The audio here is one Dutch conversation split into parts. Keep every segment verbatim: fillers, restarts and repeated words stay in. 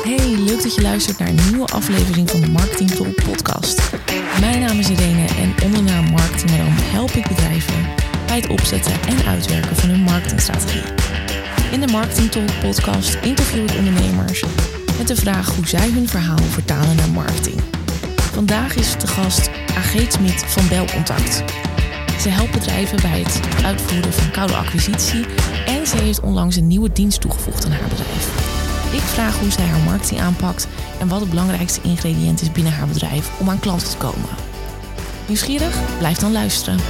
Hey, leuk dat je luistert naar een nieuwe aflevering van de Marketing Talk podcast. Mijn naam is Irene en onder de naam Marketing Madam help ik bedrijven bij het opzetten en uitwerken van hun marketingstrategie. In de Marketing Talk podcast interview ik ondernemers met de vraag hoe zij hun verhaal vertalen naar marketing. Vandaag is de gast Ageet Smit van Belcontact. Ze helpt bedrijven bij het uitvoeren van koude acquisitie en ze heeft onlangs een nieuwe dienst toegevoegd aan haar bedrijf. Ik vraag hoe zij haar marketing aanpakt en wat het belangrijkste ingrediënt is binnen haar bedrijf om aan klanten te komen. Nieuwsgierig? Blijf dan luisteren.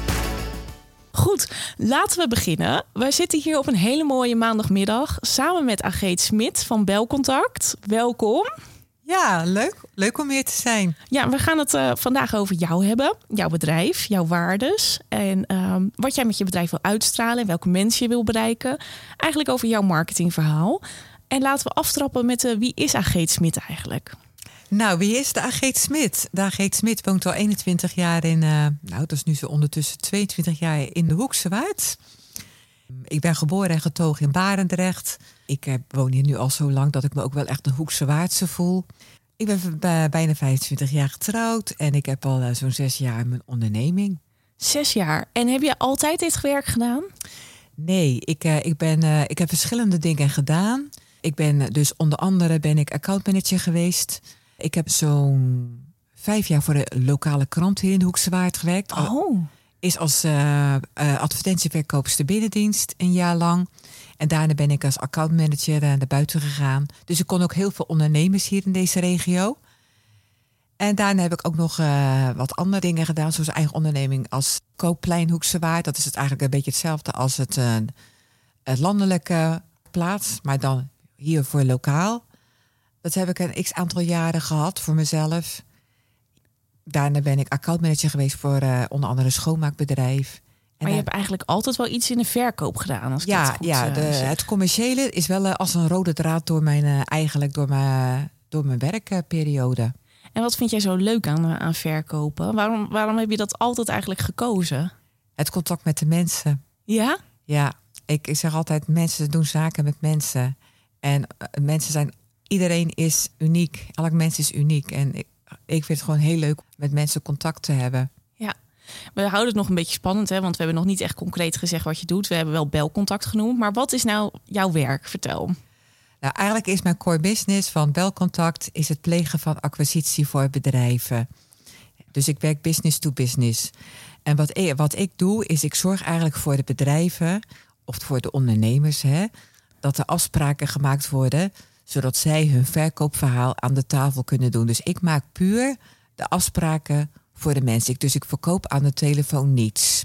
Goed, laten we beginnen. Wij zitten hier op een hele mooie maandagmiddag samen met Ageet Smit van Belcontact. Welkom. Ja, leuk. Leuk om hier te zijn. Ja, we gaan het uh, vandaag over jou hebben. Jouw bedrijf, jouw waardes. En um, wat jij met je bedrijf wil uitstralen en welke mensen je wil bereiken. Eigenlijk over jouw marketingverhaal. En laten we aftrappen met uh, wie is Ageet Smit eigenlijk? Nou, wie is de Ageet Smit? De Ageet Smit woont al eenentwintig jaar in, uh, nou dat is nu zo ondertussen tweeëntwintig jaar in de Hoekse Waard. Ik ben geboren en getogen in Barendrecht. Ik uh, woon hier nu al zo lang dat ik me ook wel echt een Hoekse Waardse voel. Ik ben b- bijna vijfentwintig jaar getrouwd en ik heb al uh, zo'n zes jaar mijn onderneming. Zes jaar. En heb je altijd dit werk gedaan? Nee, ik, uh, ik, ben, uh, ik heb verschillende dingen gedaan. Ik ben dus onder andere ben ik accountmanager geweest. Ik heb zo'n vijf jaar voor de lokale krant hier in de Hoekse Waard gewerkt. Oh. Is als uh, uh, advertentieverkoopster binnendienst een jaar lang. En daarna ben ik als accountmanager naar buiten gegaan. Dus ik kon ook heel veel ondernemers hier in deze regio. En daarna heb ik ook nog uh, wat andere dingen gedaan. Zoals eigen onderneming als Koopplein Hoekse Waard. Dat is het eigenlijk een beetje hetzelfde als het, uh, het landelijke plaats. Maar dan hier voor lokaal. Dat heb ik een x aantal jaren gehad voor mezelf. Daarna ben ik accountmanager geweest voor uh, onder andere een schoonmaakbedrijf. En maar je hebt eigenlijk altijd wel iets in de verkoop gedaan. Als ik ja, het goed ja uh, de, het commerciële is wel uh, als een rode draad door mijn, uh, eigenlijk door mijn, door mijn werkperiode. En wat vind jij zo leuk aan, uh, aan verkopen? Waarom, waarom heb je dat altijd eigenlijk gekozen? Het contact met de mensen. Ja? Ja, ik, ik zeg altijd, mensen doen zaken met mensen. En uh, mensen zijn, iedereen is uniek. Elk mens is uniek. En ik, ik vind het gewoon heel leuk met mensen contact te hebben. Ja, we houden het nog een beetje spannend, hè? Want we hebben nog niet echt concreet gezegd wat je doet. We hebben wel belcontact genoemd. Maar wat is nou jouw werk? Vertel. Nou, eigenlijk is mijn core business van Belcontact is het plegen van acquisitie voor bedrijven. Dus ik werk business to business. En wat ik, wat ik doe, is ik zorg eigenlijk voor de bedrijven of voor de ondernemers, hè, dat er afspraken gemaakt worden, zodat zij hun verkoopverhaal aan de tafel kunnen doen. Dus ik maak puur de afspraken voor de mensen. Dus ik verkoop aan de telefoon niets.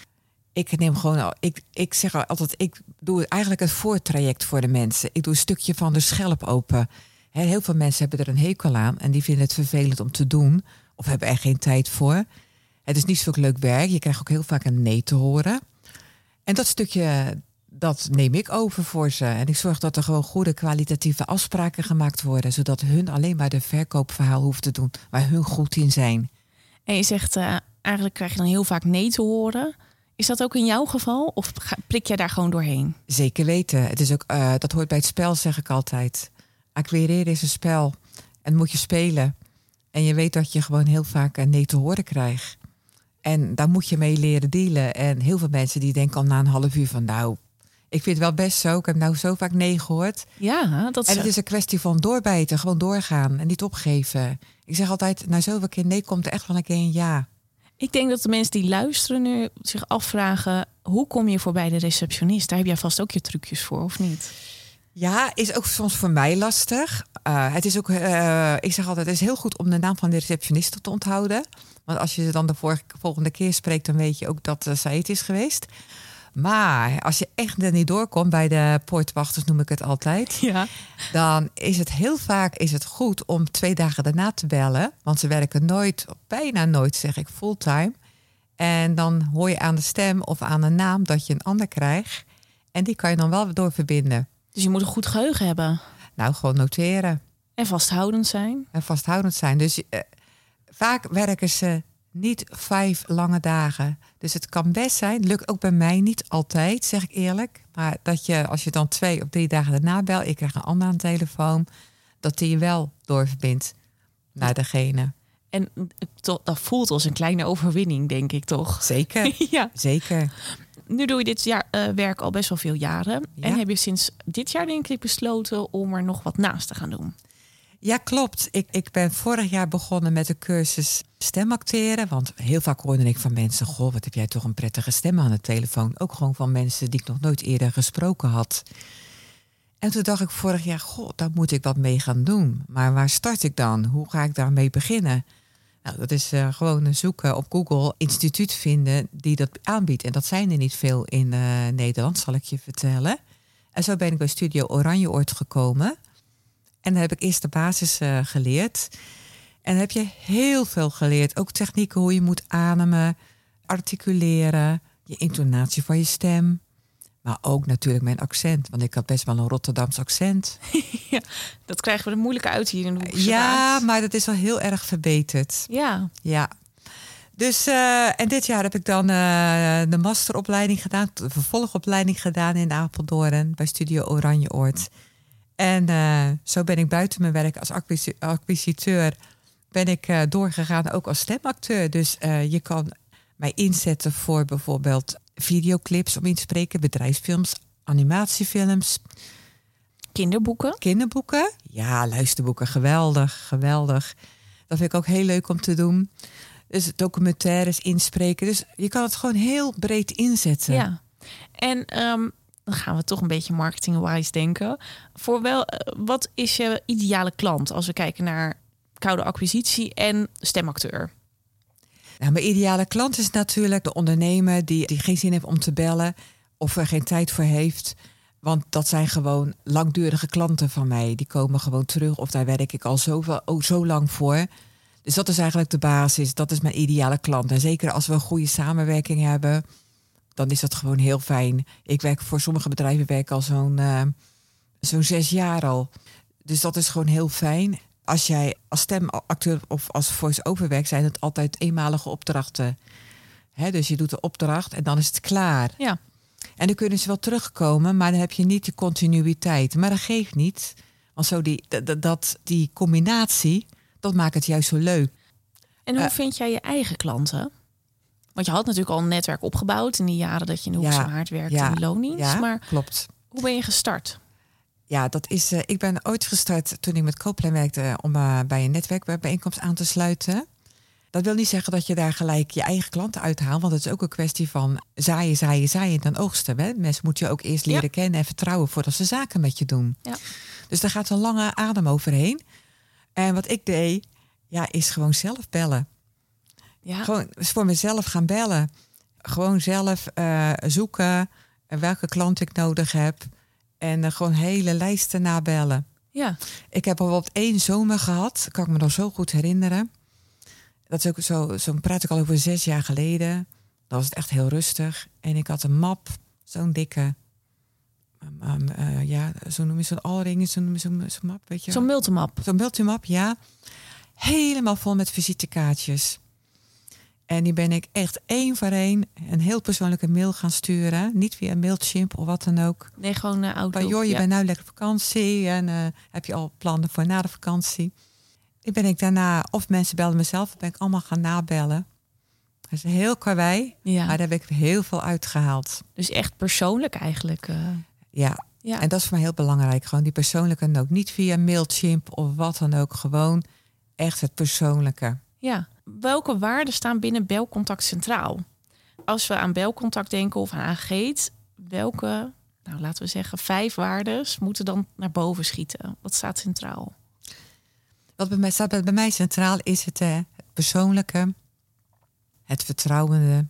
Ik neem gewoon, ik, ik zeg altijd, ik doe eigenlijk het voortraject voor de mensen. Ik doe een stukje van de schelp open. Heel veel mensen hebben er een hekel aan en die vinden het vervelend om te doen of hebben er geen tijd voor. Het is niet zo'n leuk werk. Je krijgt ook heel vaak een nee te horen. En dat stukje, dat neem ik over voor ze. En ik zorg dat er gewoon goede kwalitatieve afspraken gemaakt worden, zodat hun alleen maar de verkoopverhaal hoeft te doen waar hun goed in zijn. En je zegt, uh, eigenlijk krijg je dan heel vaak nee te horen. Is dat ook in jouw geval? Of prik jij daar gewoon doorheen? Zeker weten. Het is ook, uh, dat hoort bij het spel, zeg ik altijd. Acquireren is een spel. En moet je spelen. En je weet dat je gewoon heel vaak een nee te horen krijgt. En daar moet je mee leren dealen. En heel veel mensen die denken al na een half uur van, nou, ik vind het wel best zo. Ik heb nou zo vaak nee gehoord. Ja, dat is... En het is een kwestie van doorbijten. Gewoon doorgaan en niet opgeven. Ik zeg altijd, na zoveel keer nee komt er echt wel een keer een ja. Ik denk dat de mensen die luisteren nu zich afvragen, hoe kom je voorbij de receptionist? Daar heb jij vast ook je trucjes voor, of niet? Ja, is ook soms voor mij lastig. Uh, het is ook, uh, ik zeg altijd, het is heel goed om de naam van de receptionist te onthouden. Want als je ze dan de vorige, volgende keer spreekt, dan weet je ook dat uh, zij het is geweest. Maar als je echt er niet doorkomt bij de poortwachters, noem ik het altijd. Ja. Dan is het heel vaak is het goed om twee dagen daarna te bellen. Want ze werken nooit, bijna nooit zeg ik, fulltime. En dan hoor je aan de stem of aan de naam dat je een ander krijgt. En die kan je dan wel doorverbinden. Dus je moet een goed geheugen hebben. Nou, gewoon noteren. En vasthoudend zijn. En vasthoudend zijn. Dus uh, vaak werken ze niet vijf lange dagen. Dus het kan best zijn, lukt ook bij mij niet altijd, zeg ik eerlijk. Maar dat je, als je dan twee of drie dagen daarna belt, ik krijg een ander aan de telefoon, dat die je wel doorverbindt naar degene. En to- dat voelt als een kleine overwinning, denk ik toch? Zeker, Ja. zeker. Nu doe je dit jaar, uh, werk al best wel veel jaren. Ja. En heb je sinds dit jaar denk ik besloten om er nog wat naast te gaan doen? Ja, klopt. Ik, ik ben vorig jaar begonnen met de cursus stemacteren. Want heel vaak hoorde ik van mensen... goh, wat heb jij toch een prettige stem aan de telefoon. Ook gewoon van mensen die ik nog nooit eerder gesproken had. En toen dacht ik vorig jaar... goh, daar moet ik wat mee gaan doen. Maar waar start ik dan? Hoe ga ik daarmee beginnen? Nou, dat is uh, gewoon zoeken op Google, instituut vinden die dat aanbiedt. En dat zijn er niet veel in uh, Nederland, zal ik je vertellen. En zo ben ik bij Studio Oranjeoord gekomen. En dan heb ik eerst de basis uh, geleerd. En dan heb je heel veel geleerd. Ook technieken hoe je moet ademen, articuleren, je intonatie van je stem. Maar ook natuurlijk mijn accent, want ik had best wel een Rotterdams accent. Ja, dat krijgen we er moeilijk uit hier in de Hoekse Ja, Waard. maar dat is wel heel erg verbeterd. Ja. Ja. Dus, uh, en dit jaar heb ik dan uh, de masteropleiding gedaan, de vervolgopleiding gedaan in Apeldoorn bij Studio Oranjeoord. En uh, zo ben ik buiten mijn werk als acquisi- acquisiteur ben ik uh, doorgegaan ook als stemacteur. Dus uh, je kan mij inzetten voor bijvoorbeeld videoclips om in te spreken, bedrijfsfilms, animatiefilms. Kinderboeken? Kinderboeken. Ja, luisterboeken. Geweldig, geweldig. Dat vind ik ook heel leuk om te doen. Dus documentaires inspreken. Dus je kan het gewoon heel breed inzetten. Ja. En um, dan gaan we toch een beetje marketing-wise denken. Voor wel, uh, wat is je ideale klant als we kijken naar koude acquisitie en stemacteur? Nou, mijn ideale klant is natuurlijk de ondernemer die, die geen zin heeft om te bellen of er geen tijd voor heeft. Want dat zijn gewoon langdurige klanten van mij. Die komen gewoon terug of daar werk ik al zoveel, oh, zo lang voor. Dus dat is eigenlijk de basis. Dat is mijn ideale klant. En zeker als we een goede samenwerking hebben, dan is dat gewoon heel fijn. Ik werk voor sommige bedrijven werk al zo'n, uh, zo'n zes jaar al. Dus dat is gewoon heel fijn. Als jij als stemacteur of als voice-over werkt, zijn het altijd eenmalige opdrachten. Hè, dus je doet de opdracht en dan is het klaar. Ja. En dan kunnen ze wel terugkomen, maar dan heb je niet de continuïteit. Maar dat geeft niet. Want zo die, dat, dat, die combinatie, dat maakt het juist zo leuk. En hoe Uh, vind jij je eigen klanten? Want je had natuurlijk al een netwerk opgebouwd in die jaren dat je in de Hoekse Waard werkte ja, in loondienst. Ja, maar klopt. Hoe ben je gestart? Ja, dat is. Uh, ik ben ooit gestart toen ik met Copeland werkte om uh, bij een netwerkbijeenkomst aan te sluiten. Dat wil niet zeggen dat je daar gelijk je eigen klanten uithaalt, want het is ook een kwestie van zaaien, zaaien, zaaien en dan oogsten. Hè? Mensen moeten je ook eerst leren ja. kennen en vertrouwen voordat ze zaken met je doen. Ja. Dus daar gaat een lange adem overheen. En wat ik deed, ja, is gewoon zelf bellen. Ja. Gewoon voor mezelf gaan bellen. Gewoon zelf uh, zoeken welke klant ik nodig heb. En uh, gewoon hele lijsten nabellen. Ja. Ik heb bijvoorbeeld één zomer gehad. Kan ik me nog zo goed herinneren. Dat is ook zo, zo praat ik al over zes jaar geleden. Dat was het echt heel rustig. En ik had een map, zo'n dikke. Um, um, uh, ja, zo noem je zo'n allring, zo'n noem je zo'n, zo'n map, weet je? Zo'n multimap. Zo'n multimap, ja. Helemaal vol met visitekaartjes. En die ben ik echt één voor één een heel persoonlijke mail gaan sturen. Niet via Mailchimp of wat dan ook. Nee, gewoon uh, Outlook. Maar joh, je ja. bent nou lekker op vakantie en uh, heb je al plannen voor na de vakantie. Ik ben ik daarna, of mensen belden mezelf, ben ik allemaal gaan nabellen. Dat is heel karwei, Ja. maar daar heb ik heel veel uitgehaald. Dus echt persoonlijk eigenlijk. Uh... Ja. ja, en dat is voor mij heel belangrijk. Gewoon die persoonlijke noot. Niet via Mailchimp of wat dan ook. Gewoon echt het persoonlijke. Ja. Welke waarden staan binnen belcontact centraal? Als we aan belcontact denken of aan Ageet, welke, nou laten we zeggen, vijf waarden moeten dan naar boven schieten? Wat staat centraal? Wat bij mij staat bij mij centraal is het, eh, het persoonlijke, het vertrouwende,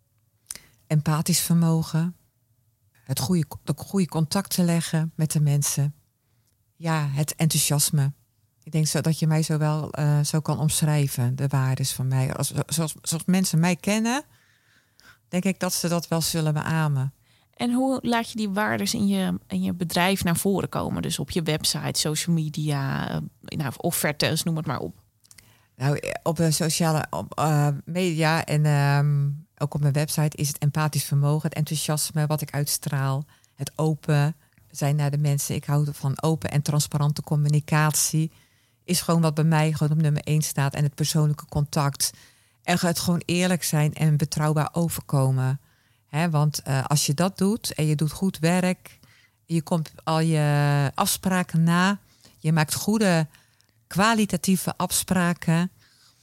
empathisch vermogen, het goede, de goede contacten leggen met de mensen. Ja, het enthousiasme. Ik denk zo dat je mij zo wel uh, zo kan omschrijven, de waardes van mij. Als, zoals, zoals mensen mij kennen, denk ik dat ze dat wel zullen beamen. En hoe laat je die waardes in je, in je bedrijf naar voren komen? Dus op je website, social media, uh, nou, offertes, noem het maar op. Nou, op de sociale op, uh, media en um, ook op mijn website is het empathisch vermogen, het enthousiasme wat ik uitstraal, het open zijn naar de mensen. Ik hou van open en transparante communicatie. Is gewoon wat bij mij gewoon op nummer één staat. En het persoonlijke contact. En het gewoon eerlijk zijn en betrouwbaar overkomen. He, want uh, als je dat doet en je doet goed werk. Je komt al je afspraken na. Je maakt goede kwalitatieve afspraken.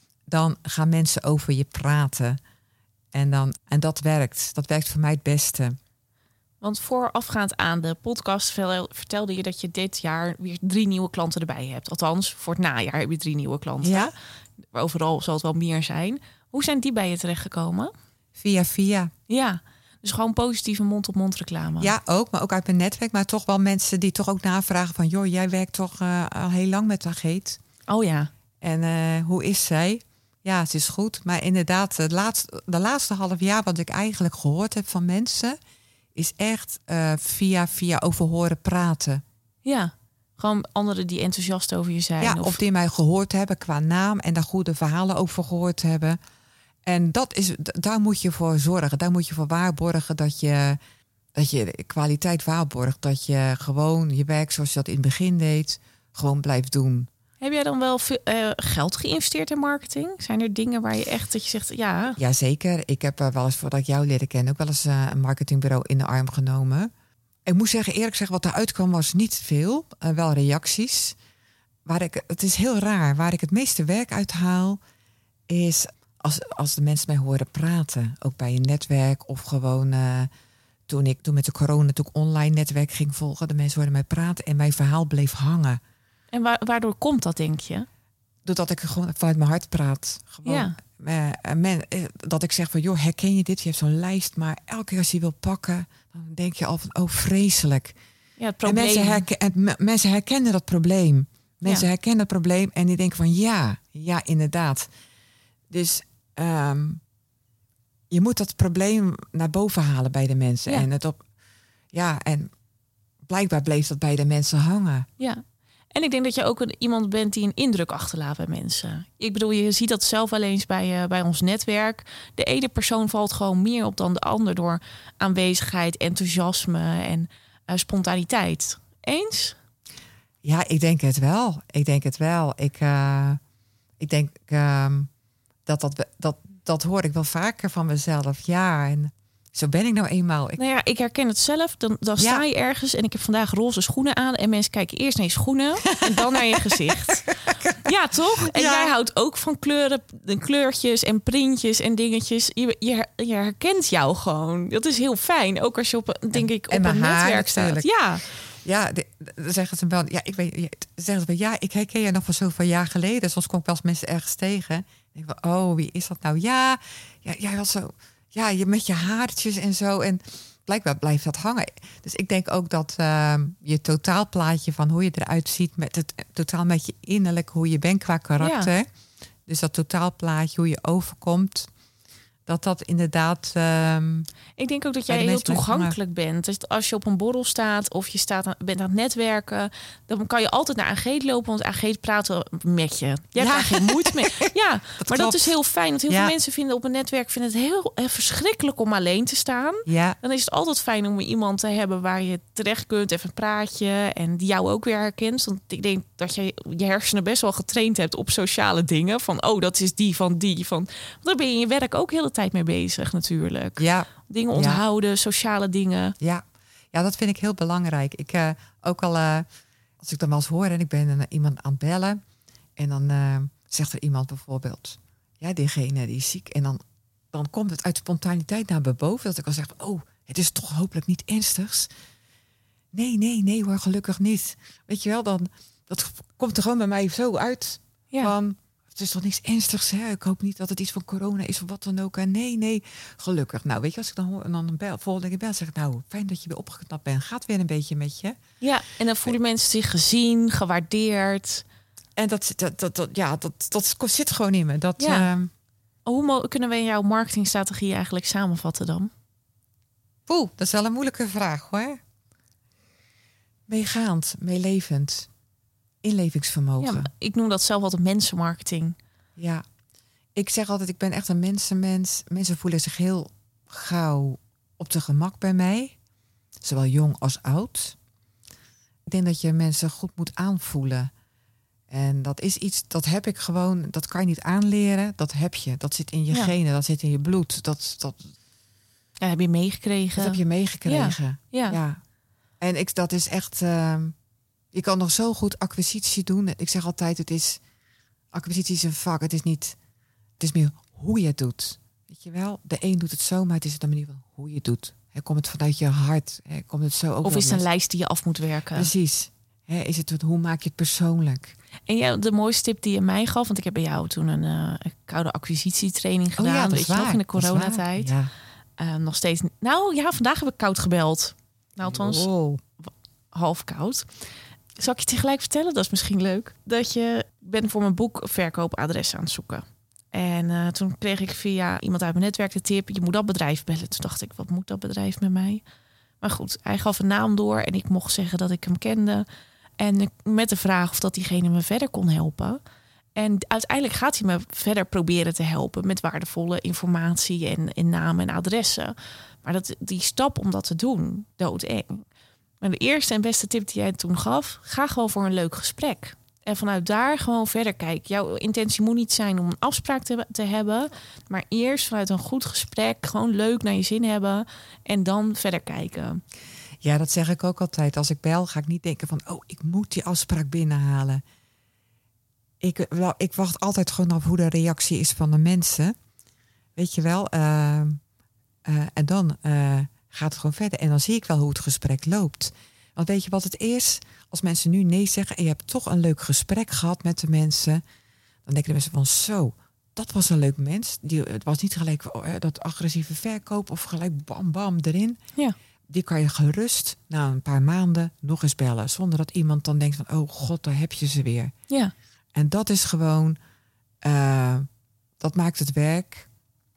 Dan gaan mensen over je praten. En, dan, en dat werkt. Dat werkt voor mij het beste. Want voorafgaand aan de podcast vertelde je dat je dit jaar weer drie nieuwe klanten erbij hebt. Althans, voor het najaar heb je drie nieuwe klanten. Ja. Overal zal het wel meer zijn. Hoe zijn die bij je terechtgekomen? Via via. Ja, dus gewoon positieve mond-op-mond reclame. Ja, ook, maar ook uit mijn netwerk. Maar toch wel mensen die toch ook navragen van... joh, jij werkt toch uh, al heel lang met Ageet. Oh ja. En uh, hoe is zij? Ja, het is goed. Maar inderdaad, de laatste, de laatste half jaar... wat ik eigenlijk gehoord heb van mensen... is echt uh, via via over horen praten. Ja, gewoon anderen die enthousiast over je zijn. Ja, of... of die mij gehoord hebben qua naam... en daar goede verhalen over gehoord hebben... En dat is, daar moet je voor zorgen. Daar moet je voor waarborgen dat je, dat je kwaliteit waarborgt. Dat je gewoon je werk zoals je dat in het begin deed, gewoon blijft doen. Heb jij dan wel veel, uh, geld geïnvesteerd in marketing? Zijn er dingen waar je echt dat je zegt, ja... Jazeker. Ik heb uh, wel eens, voordat ik jou leerde kennen... ook wel eens uh, een marketingbureau in de arm genomen. Ik moet zeggen, eerlijk zeggen, wat eruit kwam was niet veel. Uh, wel reacties. Waar ik, het is heel raar. Waar ik het meeste werk uit haal, is... Als, als de mensen mij horen praten, ook bij een netwerk of gewoon uh, toen ik toen met de corona toen ik online netwerk ging volgen, de mensen hoorden mij praten en mijn verhaal bleef hangen. En wa- waardoor komt dat, denk je? Doordat ik gewoon vanuit mijn hart praat. Gewoon, ja. uh, men, uh, dat ik zeg van, joh, herken je dit? Je hebt zo'n lijst, maar elke keer als je wil pakken, dan denk je al van, oh, vreselijk. Ja, het probleem. En mensen, herken, en m- mensen herkennen dat probleem. Mensen ja. herkennen het probleem en die denken van, ja, ja, inderdaad. Dus um, je moet dat probleem naar boven halen bij de mensen. Ja. En het op, ja, en blijkbaar bleef dat bij de mensen hangen. Ja. En ik denk dat je ook een, iemand bent die een indruk achterlaat bij mensen. Ik bedoel, je ziet dat zelf wel eens bij, uh, bij ons netwerk. De ene persoon valt gewoon meer op dan de ander door aanwezigheid, enthousiasme en uh, spontaniteit. Eens? Ja, ik denk het wel. Ik denk het wel. Ik, uh, ik denk uh, dat, dat dat dat hoor ik wel vaker van mezelf. Ja, en zo ben ik nou eenmaal. Ik... Nou ja, ik herken het zelf. Dan, dan sta je ja. ergens en ik heb vandaag roze schoenen aan. En mensen kijken eerst naar je schoenen en dan naar je gezicht. Ja, toch? En ja. jij houdt ook van kleuren, kleurtjes en printjes en dingetjes. Je, je, je herkent jou gewoon. Dat is heel fijn. Ook als je op, denk ik, op en een haar, netwerk staat. Natuurlijk. Ja. Ja, de, de, zeggen ze wel. Ja, ik weet. Zeggen ze wel. Ja, ik herken je nog van zoveel jaar geleden. Soms kom ik wel eens mensen ergens tegen. Ik denk van, oh, wie is dat nou? Ja, ja, jij was zo. Ja, je met je haartjes en zo. En blijkbaar blijft dat hangen. Dus ik denk ook dat uh, je totaalplaatje van hoe je eruit ziet, met het totaal met je innerlijk, hoe je bent qua karakter. Ja. Dus dat totaalplaatje, hoe je overkomt. Dat dat inderdaad... Um, ik denk ook dat jij heel toegankelijk bent. Dus als je op een borrel staat of je staat aan, bent aan het netwerken, dan kan je altijd naar Ageet lopen, want Ageet praat met je. Je hebt ja. daar geen moeite mee. Ja, dat maar klopt. Dat is heel fijn. Want heel ja. veel mensen vinden op een netwerk vinden het heel eh, verschrikkelijk om alleen te staan. Ja. Dan is het altijd fijn om iemand te hebben waar je terecht kunt, even een praatje en die jou ook weer herkent. Want ik denk dat je je hersenen best wel getraind hebt op sociale dingen. Van, oh, dat is die van die. Van, want daar ben je in je werk ook heel tijd mee bezig natuurlijk. Ja. Dingen onthouden, ja. sociale dingen. Ja. Ja, dat vind ik heel belangrijk. Ik uh, ook al uh, als ik dan wel eens hoor en ik ben uh, iemand aan het bellen en dan uh, zegt er iemand bijvoorbeeld, ja, diegene die is ziek en dan dan komt het uit spontaniteit naar boven dat ik al zeg, oh, het is toch hopelijk niet ernstigs. Nee, nee, nee hoor, gelukkig niet. Weet je wel, dan dat komt er gewoon bij mij zo uit ja. van, het is toch niks ernstigs, hè? Ik hoop niet dat het iets van corona is of wat dan ook. En nee, nee, gelukkig. Nou, weet je, als ik dan hoor en dan een bel, volgende keer bel, zeg ik, nou, fijn dat je weer opgeknapt bent. Gaat weer een beetje met je. Ja, en dan voelen mensen zich gezien, gewaardeerd. En dat, dat, dat, dat ja, dat, dat zit gewoon in me. Dat, ja. uh, Hoe mo- kunnen we jouw marketingstrategie eigenlijk samenvatten dan? Poeh, dat is wel een moeilijke vraag, hoor. Meegaand, meelevend. Inlevingsvermogen. Ja, ik noem dat zelf altijd mensenmarketing. Ja, ik zeg altijd, ik ben echt een mensenmens. Mensen voelen zich heel gauw op de gemak bij mij. Zowel jong als oud. Ik denk dat je mensen goed moet aanvoelen. En dat is iets, dat heb ik gewoon, dat kan je niet aanleren. Dat heb je, dat zit in je Ja. genen, dat zit in je bloed. Dat, dat, Ja, heb je meegekregen? dat heb je meegekregen. Ja. Ja. En ik, dat is echt, uh, je kan nog zo goed acquisitie doen. Ik zeg altijd, het is, acquisitie is een vak. Het is niet, het is meer hoe je het doet. Weet je wel, de een doet het zo, maar het is de manier van hoe je het doet. He, komt het vanuit je hart? He, komt het zo ook Of is het een met... lijst die je af moet werken? Precies. He, is het, hoe maak je het persoonlijk? En jou, de mooiste tip die je mij gaf, want ik heb bij jou toen een, uh, een koude acquisitietraining gedaan. Oh ja, dat weet is je waar. nog, in de coronatijd. Ja. Uh, nog steeds. Nou ja, vandaag heb ik koud gebeld. Nou, althans, Oh. half koud. Zal ik je tegelijk vertellen? Dat is misschien leuk. Dat je ben voor mijn boek verkoopadres aan het zoeken. En uh, toen kreeg ik via iemand uit mijn netwerk de tip: je moet dat bedrijf bellen. Toen dacht ik, wat moet dat bedrijf met mij? Maar goed, hij gaf een naam door en ik mocht zeggen dat ik hem kende. En met de vraag of dat diegene me verder kon helpen. En uiteindelijk gaat hij me verder proberen te helpen met waardevolle informatie en, en namen en adressen. Maar dat, die stap om dat te doen, doodeng. Maar de eerste en beste tip die jij toen gaf, ga gewoon voor een leuk gesprek. En vanuit daar gewoon verder kijken. Jouw intentie moet niet zijn om een afspraak te, te hebben. Maar eerst vanuit een goed gesprek, gewoon leuk naar je zin hebben. En dan verder kijken. Ja, dat zeg ik ook altijd. Als ik bel, ga ik niet denken van, oh, ik moet die afspraak binnenhalen. Ik, wel, ik wacht altijd gewoon af hoe de reactie is van de mensen. Weet je wel. Uh, uh, en dan uh, gaat het gewoon verder. En dan zie ik wel hoe het gesprek loopt. Want weet je wat het is? Als mensen nu nee zeggen en je hebt toch een leuk gesprek gehad met de mensen, dan denken de mensen van, zo, dat was een leuk mens. Die, het was niet gelijk oh, dat agressieve verkoop of gelijk bam bam erin. Ja. Die kan je gerust na een paar maanden nog eens bellen. Zonder dat iemand dan denkt van, oh god, daar heb je ze weer. Ja. En dat is gewoon, uh, dat maakt het werk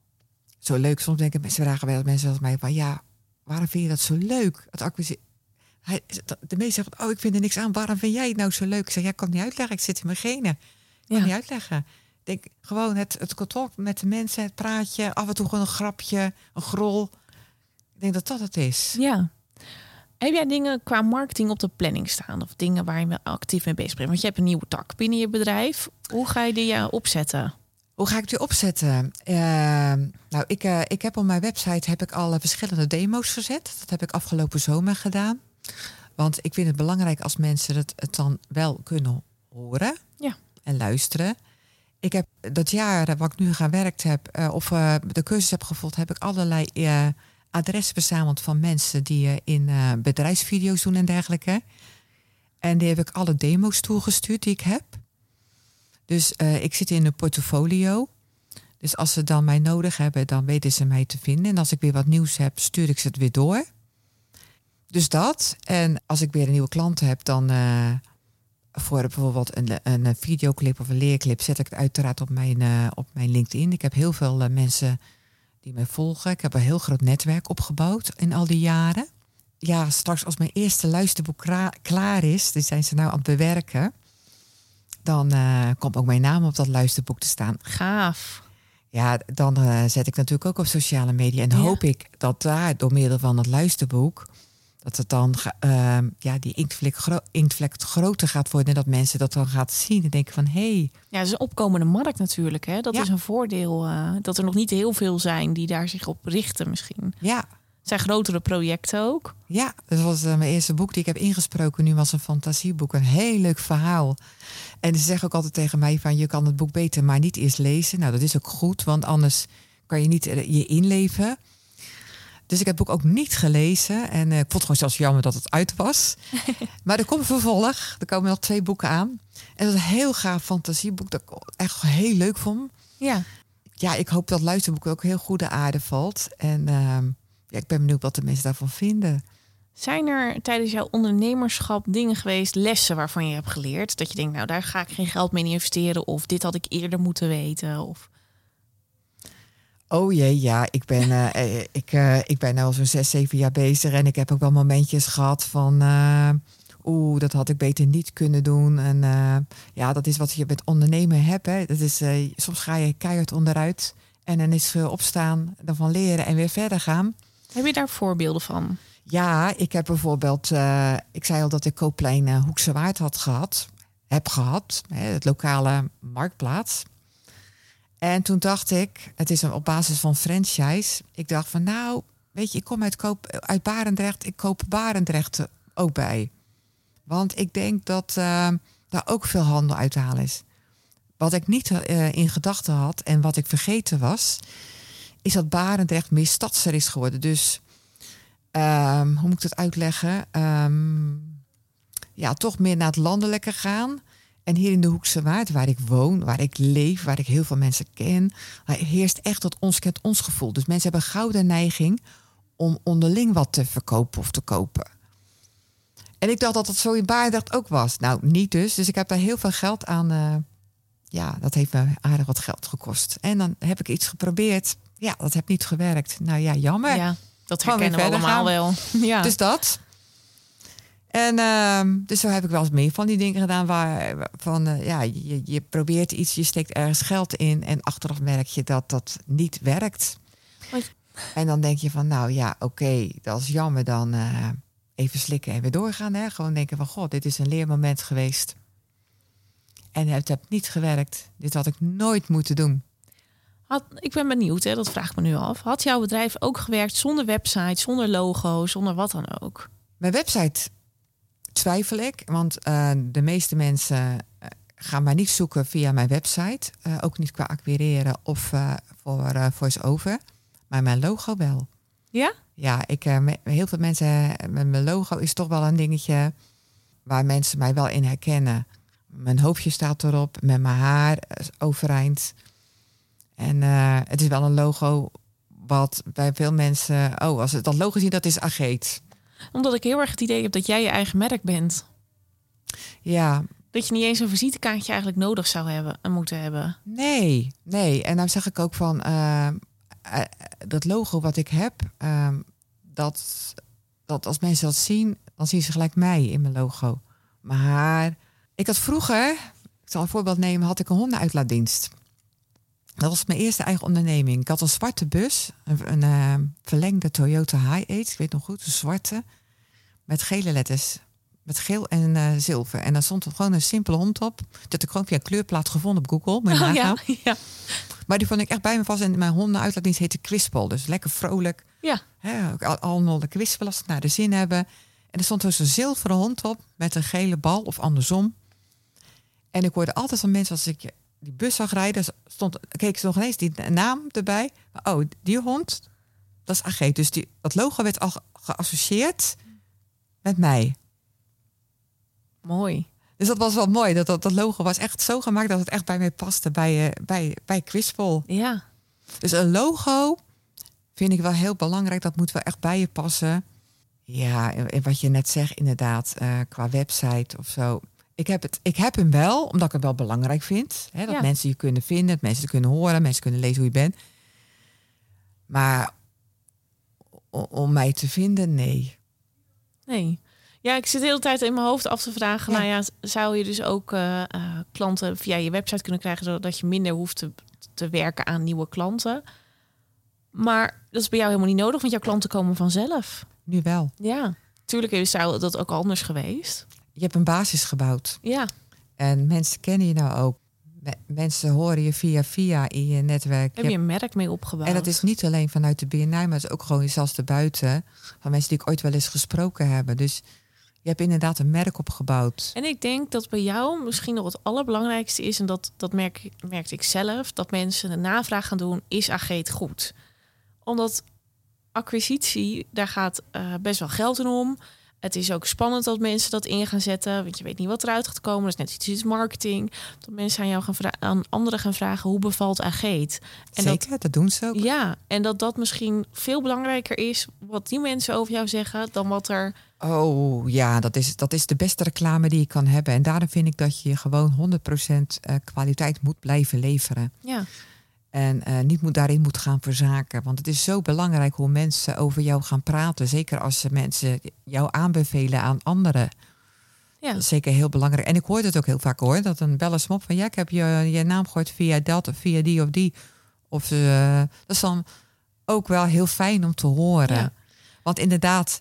zo leuk. Soms denken mensen, vragen wel mensen als mij van, ja, waarom vind je dat zo leuk? Het acquisitie. Hij, de meesten zeggen, oh, ik vind er niks aan. Waarom vind jij het nou zo leuk? Ik zeg, ja, ik kan het niet uitleggen. Ik zit in mijn genen. Ik kan ja. niet uitleggen. Ik denk, gewoon het, het contact met de mensen, het praatje, af en toe gewoon een grapje, een grol. Ik denk dat dat het is. Ja. Heb jij dingen qua marketing op de planning staan? Of dingen waar je actief mee bezig bent? Want je hebt een nieuwe tak binnen je bedrijf. Hoe ga je die uh, opzetten? Hoe ga ik die opzetten? Uh, nou, ik, uh, ik heb op mijn website heb ik al uh, verschillende demo's gezet. Dat heb ik afgelopen zomer gedaan. Want ik vind het belangrijk als mensen het, het dan wel kunnen horen. Ja. En luisteren. Ik heb dat jaar wat ik nu gewerkt heb, uh, of uh, de cursus heb gevolgd, heb ik allerlei uh, adressen verzameld van mensen die uh, in uh, bedrijfsvideo's doen en dergelijke. En die heb ik alle demo's toegestuurd die ik heb. Dus uh, ik zit in een portfolio. Dus als ze dan mij nodig hebben, dan weten ze mij te vinden. En als ik weer wat nieuws heb, stuur ik ze het weer door. Dus dat. En als ik weer een nieuwe klant heb, dan uh, voor bijvoorbeeld een, een videoclip of een leerclip zet ik het uiteraard op mijn, uh, op mijn LinkedIn. Ik heb heel veel uh, mensen die mij volgen. Ik heb een heel groot netwerk opgebouwd in al die jaren. Ja, straks als mijn eerste luisterboek kra- klaar is, dus zijn ze nou aan het bewerken, dan uh, komt ook mijn naam op dat luisterboek te staan. Gaaf. Ja, dan uh, zet ik natuurlijk ook op sociale media. En ja. hoop ik dat daar door middel van het luisterboek, dat het dan uh, ja, die inktvlek, gro- inktvlek groter gaat worden. En dat mensen dat dan gaan zien en denken van, hé. Hey. Ja, het is een opkomende markt natuurlijk. Hè? Dat ja. is een voordeel. Uh, dat er nog niet heel veel zijn die daar zich op richten misschien. Ja. Het zijn grotere projecten ook. Ja, dat was uh, mijn eerste boek die ik heb ingesproken. Nu was een fantasieboek. Een heel leuk verhaal. En ze zeggen ook altijd tegen mij van, je kan het boek beter maar niet eerst lezen. Nou, dat is ook goed, want anders kan je niet uh, je inleven. Dus ik heb het boek ook niet gelezen. En uh, ik vond het gewoon zelfs jammer dat het uit was. Maar er komt een vervolg. Er komen nog twee boeken aan. En dat is een heel gaaf fantasieboek dat ik echt heel leuk vond. Ja. Ja, ik hoop dat luisterboek ook heel goed de aarde valt. En uh, ja, ik ben benieuwd wat de mensen daarvan vinden. Zijn er tijdens jouw ondernemerschap dingen geweest, lessen waarvan je hebt geleerd? Dat je denkt, nou, daar ga ik geen geld mee investeren. Of dit had ik eerder moeten weten. Of... Oh jee, ja, ik ben, uh, ik, uh, ik ben nu al zo'n zes, zeven jaar bezig. En ik heb ook wel momentjes gehad van, uh, oeh, dat had ik beter niet kunnen doen. En uh, ja, dat is wat je met ondernemen hebt. Hè. Dat is, uh, soms ga je keihard onderuit. En dan is uh, opstaan, dan van leren en weer verder gaan. Heb je daar voorbeelden van? Ja, ik heb bijvoorbeeld... Uh, ik zei al dat ik Koopplein uh, Hoekse Waard had gehad. Heb gehad. Hè, het lokale marktplaats. En toen dacht ik... Het is op basis van franchise. Ik dacht van nou... Weet je, ik kom uit, Koop, uit Barendrecht. Ik koop Barendrecht ook bij. Want ik denk dat uh, daar ook veel handel uit te halen is. Wat ik niet uh, in gedachten had en wat ik vergeten was... is dat Barendrecht meer stadser is geworden. Dus, um, hoe moet ik dat uitleggen? Um, ja, toch meer naar het landelijke gaan. En hier in de Hoekse Waard, waar ik woon, waar ik leef... waar ik heel veel mensen ken... heerst echt dat ons kent ons gevoel. Dus mensen hebben gouden neiging... om onderling wat te verkopen of te kopen. En ik dacht dat dat zo in Barendrecht ook was. Nou, niet dus. Dus ik heb daar heel veel geld aan... Uh, ja, dat heeft me aardig wat geld gekost. En dan heb ik iets geprobeerd. Ja, dat heeft niet gewerkt. Nou ja, jammer. Ja, dat herkennen we allemaal gaan. wel. Ja. Dus dat. En uh, dus zo heb ik wel eens meer van die dingen gedaan... waar van, uh, ja, je, je probeert iets, je steekt ergens geld in... en achteraf merk je dat dat niet werkt. Wat? En dan denk je van, nou ja, oké, okay, dat is jammer. Dan uh, even slikken en weer doorgaan. Hè? Gewoon denken van, god, dit is een leermoment geweest. En het heeft niet gewerkt. Dit had ik nooit moeten doen. Had, ik ben benieuwd, hè, dat vraag ik me nu af. Had jouw bedrijf ook gewerkt zonder website, zonder logo, zonder wat dan ook? Mijn website twijfel ik. Want uh, de meeste mensen uh, gaan mij niet zoeken via mijn website. Uh, ook niet qua acquireren of uh, voor uh, voice-over. Maar mijn logo wel. Ja? Ja, ik, uh, me, heel veel mensen... Met mijn logo is toch wel een dingetje... waar mensen mij wel in herkennen. Mijn hoofdje staat erop, met mijn haar overeind. En uh, het is wel een logo wat bij veel mensen... Oh, als ze dat logo zien, dat is Ageet. Omdat ik heel erg het idee heb dat jij je eigen merk bent. Ja. Dat je niet eens een visitekaartje eigenlijk nodig zou hebben en moeten hebben. Nee, nee. En nou zeg ik ook van... Uh, uh, dat logo wat ik heb... Uh, dat, dat als mensen dat zien, dan zien ze gelijk mij in mijn logo. Mijn haar... Ik had vroeger, ik zal een voorbeeld nemen, had ik een hondenuitlaatdienst. Dat was mijn eerste eigen onderneming. Ik had een zwarte bus, een, een uh, verlengde Toyota Hi-Ace, ik weet nog goed, een zwarte, met gele letters, met geel en uh, zilver. En daar stond er gewoon een simpele hond op. Dat had ik gewoon via kleurplaat gevonden op Google. Moet je oh, ja, ja. Maar die vond ik echt bij me vast. En mijn hondenuitlaatdienst heette Kwispel, dus lekker vrolijk. Ja. Hè, al, al de kwispel als ze het naar de zin hebben. En er stond dus een zilveren hond op met een gele bal of andersom. En ik hoorde altijd van mensen als ik die bus zag rijden, stond, keek ze nog ineens die naam erbij. Oh, die hond, dat is Ageet. Dus die, dat logo werd al geassocieerd met mij. Mooi. Dus dat was wel mooi. Dat, dat, dat logo was echt zo gemaakt dat het echt bij mij paste bij, uh, bij, bij Kwispel. Ja. Dus een logo vind ik wel heel belangrijk. Dat moet wel echt bij je passen. Ja, en wat je net zegt inderdaad, uh, qua website of zo. Ik heb, het, ik heb hem wel, omdat ik het wel belangrijk vind. Hè, dat ja. mensen je kunnen vinden, dat mensen het kunnen horen, mensen kunnen lezen hoe je bent. Maar om, om mij te vinden, nee. Nee. Ja, ik zit de hele tijd in mijn hoofd af te vragen. Ja. Nou ja, zou je dus ook uh, uh, klanten via je website kunnen krijgen, zodat je minder hoeft te, te werken aan nieuwe klanten? Maar dat is bij jou helemaal niet nodig, want jouw klanten komen vanzelf. Nu wel. Ja, tuurlijk is dat ook anders geweest. Je hebt een basis gebouwd. Ja. En mensen kennen je nou ook. Mensen horen je via via in je netwerk. Heb je een merk mee opgebouwd. En dat is niet alleen vanuit de B N I, maar het is ook gewoon zelfs erbuiten. Van mensen die ik ooit wel eens gesproken hebben. Dus je hebt inderdaad een merk opgebouwd. En ik denk dat bij jou misschien nog het allerbelangrijkste is, en dat, dat merk, merkte ik zelf, dat mensen een navraag gaan doen, is Ageet goed? Omdat acquisitie, daar gaat uh, best wel geld in om. Het is ook spannend dat mensen dat in gaan zetten, want je weet niet wat eruit gaat komen. Dat is net iets, iets marketing. Dat mensen aan jou gaan vra- aan anderen gaan vragen, hoe bevalt Ageet? En Zeker, dat, dat doen ze ook. Ja, en dat dat misschien veel belangrijker is wat die mensen over jou zeggen dan wat er... Oh ja, dat is, dat is de beste reclame die je kan hebben. En daarom vind ik dat je gewoon honderd procent kwaliteit moet blijven leveren. Ja. En uh, niet moet, daarin moet gaan verzaken. Want het is zo belangrijk hoe mensen over jou gaan praten. Zeker als ze mensen jou aanbevelen aan anderen. Ja. Dat is zeker heel belangrijk. En ik hoor het ook heel vaak hoor. Dat een bellen ze op van ja, ik heb je, je naam gehoord via dat of via die of die. Of uh, dat is dan ook wel heel fijn om te horen. Ja. Want inderdaad,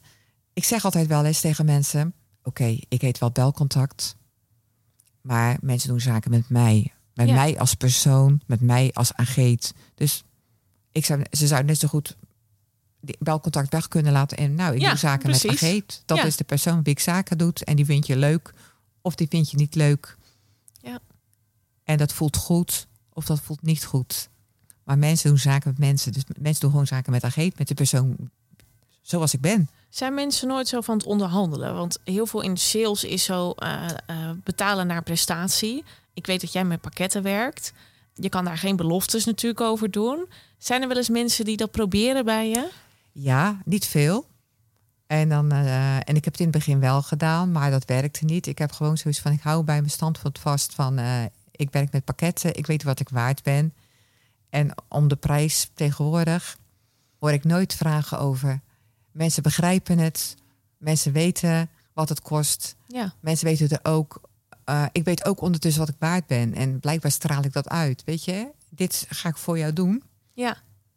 Ik zeg altijd wel eens tegen mensen, oké, okay, ik heet wel Belcontact, maar mensen doen zaken met mij. Met ja. mij als persoon, met mij als agent. Dus ik zou, ze zouden net zo goed Belcontact weg kunnen laten. En nou, ik ja, doe zaken precies. met agent. Dat ja. is de persoon wie ik zaken doet. En die vind je leuk. Of die vind je niet leuk. Ja. En dat voelt goed. Of dat voelt niet goed. Maar mensen doen zaken met mensen. Dus mensen doen gewoon zaken met agent. Met de persoon zoals ik ben. Zijn mensen nooit zo van het onderhandelen? Want heel veel in sales is zo uh, uh, betalen naar prestatie. Ik weet dat jij met pakketten werkt. Je kan daar geen beloftes natuurlijk over doen. Zijn er wel eens mensen die dat proberen bij je? Ja, niet veel. En, dan, uh, en ik heb het in het begin wel gedaan, maar dat werkte niet. Ik heb gewoon zoiets van, ik hou bij mijn standpunt vast van... Uh, ik werk met pakketten, ik weet wat ik waard ben. En om de prijs tegenwoordig hoor ik nooit vragen over. Mensen begrijpen het. Mensen weten wat het kost. Ja. Mensen weten er ook... Uh, ik weet ook ondertussen wat ik waard ben. En blijkbaar straal ik dat uit. Weet je, dit ga ik voor jou doen. Ja.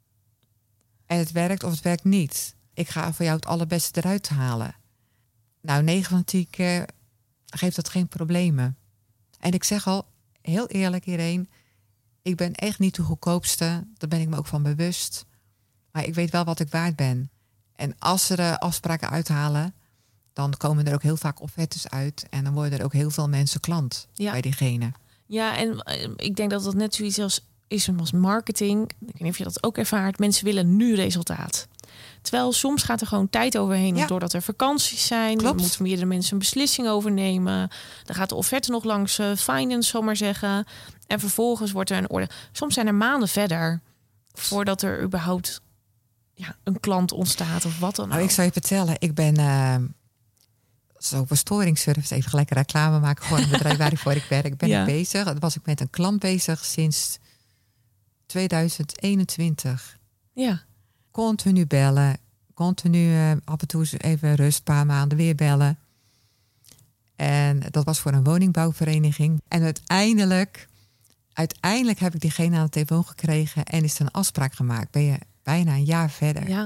En het werkt of het werkt niet. Ik ga voor jou het allerbeste eruit halen. Nou, negen van tien keer geeft dat geen problemen. En ik zeg al, heel eerlijk Irene, ik ben echt niet de goedkoopste. Daar ben ik me ook van bewust. Maar ik weet wel wat ik waard ben. En als ze de afspraken uithalen, dan komen er ook heel vaak offertes uit. En dan worden er ook heel veel mensen klant ja. bij diegene. Ja, en uh, ik denk dat dat net zoiets als is als marketing. Ik weet niet of je dat ook ervaart. Mensen willen nu resultaat. Terwijl soms gaat er gewoon tijd overheen. Ja. Doordat er vakanties zijn. Dan moeten meerdere mensen een beslissing overnemen. Dan gaat de offerte nog langs uh, finance, zal maar zeggen. En vervolgens wordt er een orde. Soms zijn er maanden verder voordat er überhaupt ja, een klant ontstaat of wat dan ook. Nou, ik zou je vertellen, ik ben uh, zo voor storingsservice, even gelijk reclame maken voor een bedrijf waar ik voor ik werk. Ben ja. ik bezig. Dan was ik met een klant bezig sinds tweeduizend eenentwintig. Ja. Continu bellen, continu uh, af en toe even rust, een paar maanden weer bellen. En dat was voor een woningbouwvereniging. En uiteindelijk, uiteindelijk heb ik diegene aan de telefoon gekregen en is er een afspraak gemaakt. Ben je bijna een jaar verder. Ja.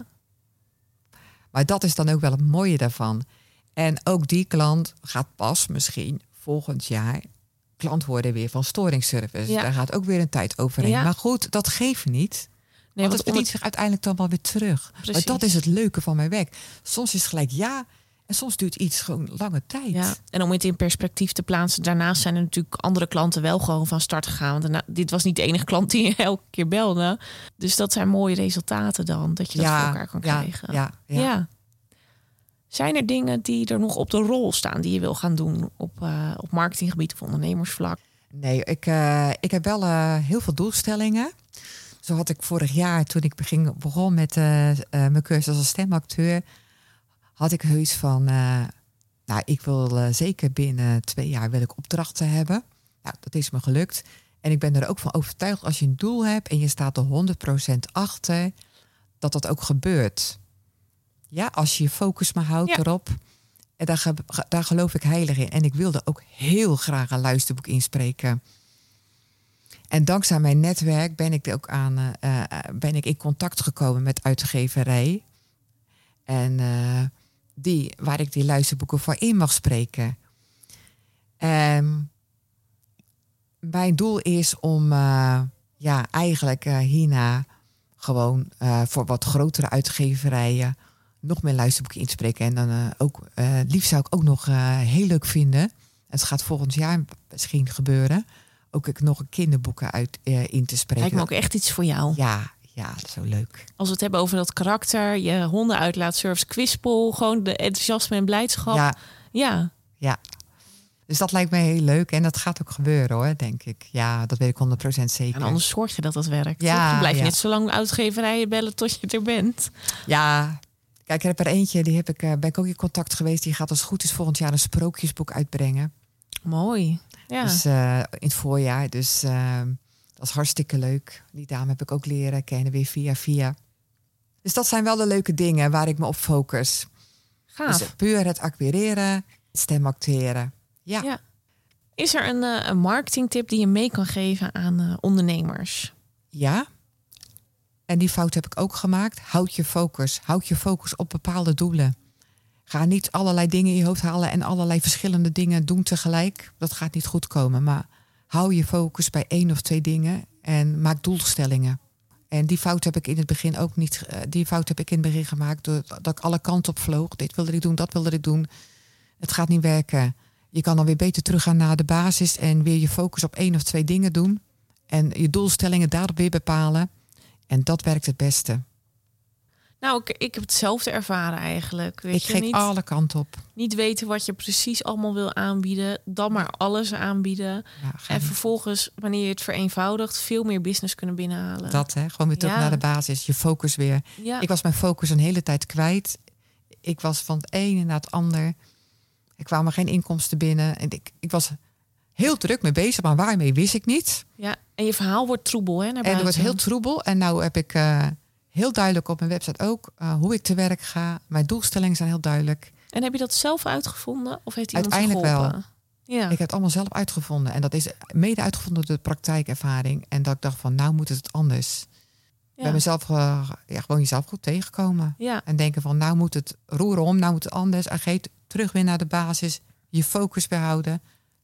Maar dat is dan ook wel het mooie daarvan. En ook die klant gaat pas misschien volgend jaar klant worden weer van storingsservice. Ja. Daar gaat ook weer een tijd overheen. Ja. Maar goed, dat geeft niet. Nee, want het verdient zich uiteindelijk dan wel weer terug. Precies. Maar dat is het leuke van mijn werk. Soms is het gelijk ja en soms duurt iets gewoon lange tijd. Ja. En om het in perspectief te plaatsen, daarnaast zijn er natuurlijk andere klanten wel gewoon van start gegaan. Want daarna, dit was niet de enige klant die je elke keer belde. Dus dat zijn mooie resultaten dan, dat je dat ja, voor elkaar kan ja, krijgen. Ja, ja. ja. Zijn er dingen die er nog op de rol staan die je wil gaan doen op, uh, op marketinggebied of ondernemersvlak? Nee, ik, uh, ik heb wel uh, heel veel doelstellingen. Zo had ik vorig jaar, toen ik begin, begon met uh, uh, mijn cursus als stemacteur, had ik heus van, uh, nou, ik wil uh, zeker binnen twee jaar wil ik opdrachten hebben. Nou, dat is me gelukt. En ik ben er ook van overtuigd, als je een doel hebt en je staat er honderd procent achter, dat dat ook gebeurt. Ja, als je je focus maar houdt ja. erop. En daar, daar geloof ik heilig in. En ik wilde ook heel graag een luisterboek inspreken. En dankzij mijn netwerk ben ik ook aan, uh, ben ik in contact gekomen met uitgeverij. En uh, die, waar ik die luisterboeken voor in mag spreken. En mijn doel is om uh, ja, eigenlijk uh, hierna gewoon uh, voor wat grotere uitgeverijen nog meer luisterboeken inspreken. En dan uh, ook, uh, liefst zou ik ook nog uh, heel leuk vinden. Het gaat volgend jaar misschien gebeuren. Ook ik nog een kinderboeken uit uh, in te spreken. Lijkt me ook echt iets voor jou. Ja, ja, zo leuk. Als we het hebben over dat karakter, je hondenuitlaatservice, kwispel, gewoon de enthousiasme en blijdschap. Ja. Ja. Ja. Dus dat lijkt me heel leuk. En dat gaat ook gebeuren hoor, denk ik. Ja, dat weet ik honderd procent zeker. En anders zorg je dat dat werkt. Ja, dan blijf je ja. net zo lang uitgeverijen bellen tot je er bent. Ja. Kijk, ik heb er eentje, die heb ik, uh, ben ik ook in contact geweest. Die gaat als het goed is volgend jaar een sprookjesboek uitbrengen. Mooi. Ja. Dus uh, in het voorjaar. Dus uh, dat is hartstikke leuk. Die dame heb ik ook leren kennen weer via via. Dus dat zijn wel de leuke dingen waar ik me op focus. Gaaf. Dus puur het acquireren, het stemacteren. Ja. ja. Is er een, uh, een marketingtip die je mee kan geven aan uh, ondernemers? Ja. En die fout heb ik ook gemaakt. Houd je focus. Houd je focus op bepaalde doelen. Ga niet allerlei dingen in je hoofd halen en allerlei verschillende dingen doen tegelijk. Dat gaat niet goed komen. Maar hou je focus bij één of twee dingen en maak doelstellingen. En die fout heb ik in het begin ook niet. Uh, die fout heb ik in het begin gemaakt doordat ik alle kanten op vloog. Dit wilde ik doen, dat wilde ik doen. Het gaat niet werken. Je kan dan weer beter teruggaan naar de basis en weer je focus op één of twee dingen doen. En je doelstellingen daarop weer bepalen. En dat werkt het beste. Nou, ik, ik heb hetzelfde ervaren eigenlijk. Weet ik je, geef niet, alle kanten op. Niet weten wat je precies allemaal wil aanbieden. Dan maar alles aanbieden. Ja, en niet. Vervolgens, wanneer je het vereenvoudigt, veel meer business kunnen binnenhalen. Dat, hè? Gewoon weer terug ja. naar de basis. Je focus weer. Ja. Ik was mijn focus een hele tijd kwijt. Ik was van het ene naar het ander. Er kwamen geen inkomsten binnen. En ik, ik was heel druk mee bezig, maar waarmee wist ik niet. Ja, en je verhaal wordt troebel, hè? Naar en het wordt heel troebel. En nou heb ik uh, heel duidelijk op mijn website ook uh, hoe ik te werk ga. Mijn doelstellingen zijn heel duidelijk. En heb je dat zelf uitgevonden? Of heeft iemand Uiteindelijk geholpen? wel. Ja. Ik heb het allemaal zelf uitgevonden. En dat is mede uitgevonden door de praktijkervaring. En dat ik dacht van, nou moet het anders. Ja. Bij mezelf uh, ja, gewoon jezelf goed tegenkomen. Ja. En denken van, nou moet het roeren om, nou moet het anders. Ageet terug weer naar de basis. Je focus behouden.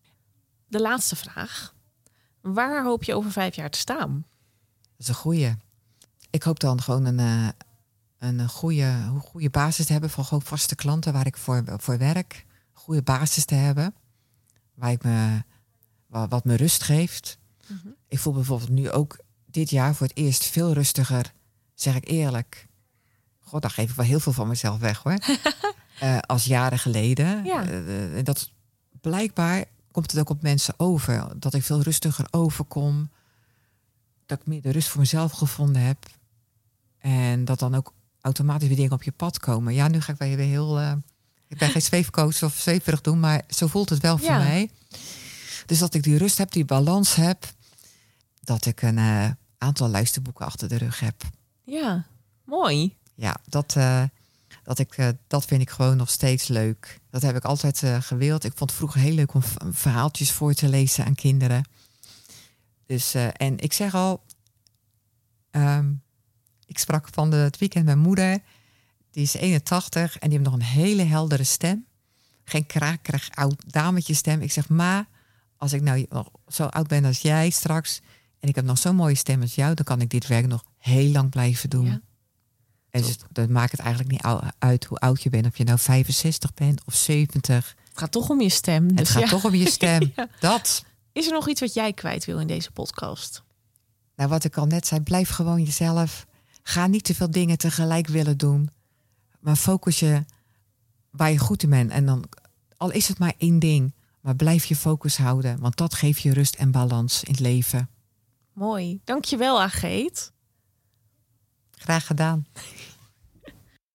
De laatste vraag. Waar hoop je over vijf jaar te staan? Dat is een goeie. Ik hoop dan gewoon een, uh, een goede, goede basis te hebben van gewoon vaste klanten waar ik voor, voor werk. Een goede basis te hebben. Waar ik me, wat, wat me rust geeft. Mm-hmm. Ik voel bijvoorbeeld nu ook dit jaar voor het eerst veel rustiger. Zeg ik eerlijk. God, dan geef ik wel heel veel van mezelf weg hoor. uh, als jaren geleden. Ja. Uh, uh, dat blijkbaar komt het ook op mensen over. Dat ik veel rustiger overkom. Dat ik meer de rust voor mezelf gevonden heb. En dat dan ook automatisch weer dingen op je pad komen. Ja, nu ga ik weer heel... Uh, ik ben geen zweefcoach of zweverig doen, maar zo voelt het wel voor ja. mij. Dus dat ik die rust heb, die balans heb. Dat ik een uh, aantal luisterboeken achter de rug heb. Ja, mooi. Ja, dat, uh, dat, ik, uh, dat vind ik gewoon nog steeds leuk. Dat heb ik altijd uh, gewild. Ik vond het vroeger heel leuk om verhaaltjes voor te lezen aan kinderen. Dus, uh, en ik zeg al... Um, ik sprak van de, het weekend met mijn moeder. Die is eenentachtig en die heeft nog een hele heldere stem. Geen krakerig oud dametje stem. Ik zeg, ma, als ik nou zo oud ben als jij straks... en ik heb nog zo'n mooie stem als jou... dan kan ik dit werk nog heel lang blijven doen. Ja. En dus, dat maakt het eigenlijk niet uit hoe oud je bent. Of je nou vijfenzestig bent of zeventig. Het gaat toch om je stem. Dus het gaat ja. toch om je stem. Ja. Dat. Is er nog iets wat jij kwijt wil in deze podcast? Nou, wat ik al net zei, blijf gewoon jezelf. Ga niet te veel dingen tegelijk willen doen. Maar focus je waar je goed in bent. En dan, al is het maar één ding, maar blijf je focus houden. Want dat geeft je rust en balans in het leven. Mooi. Dankjewel, Ageet. Graag gedaan.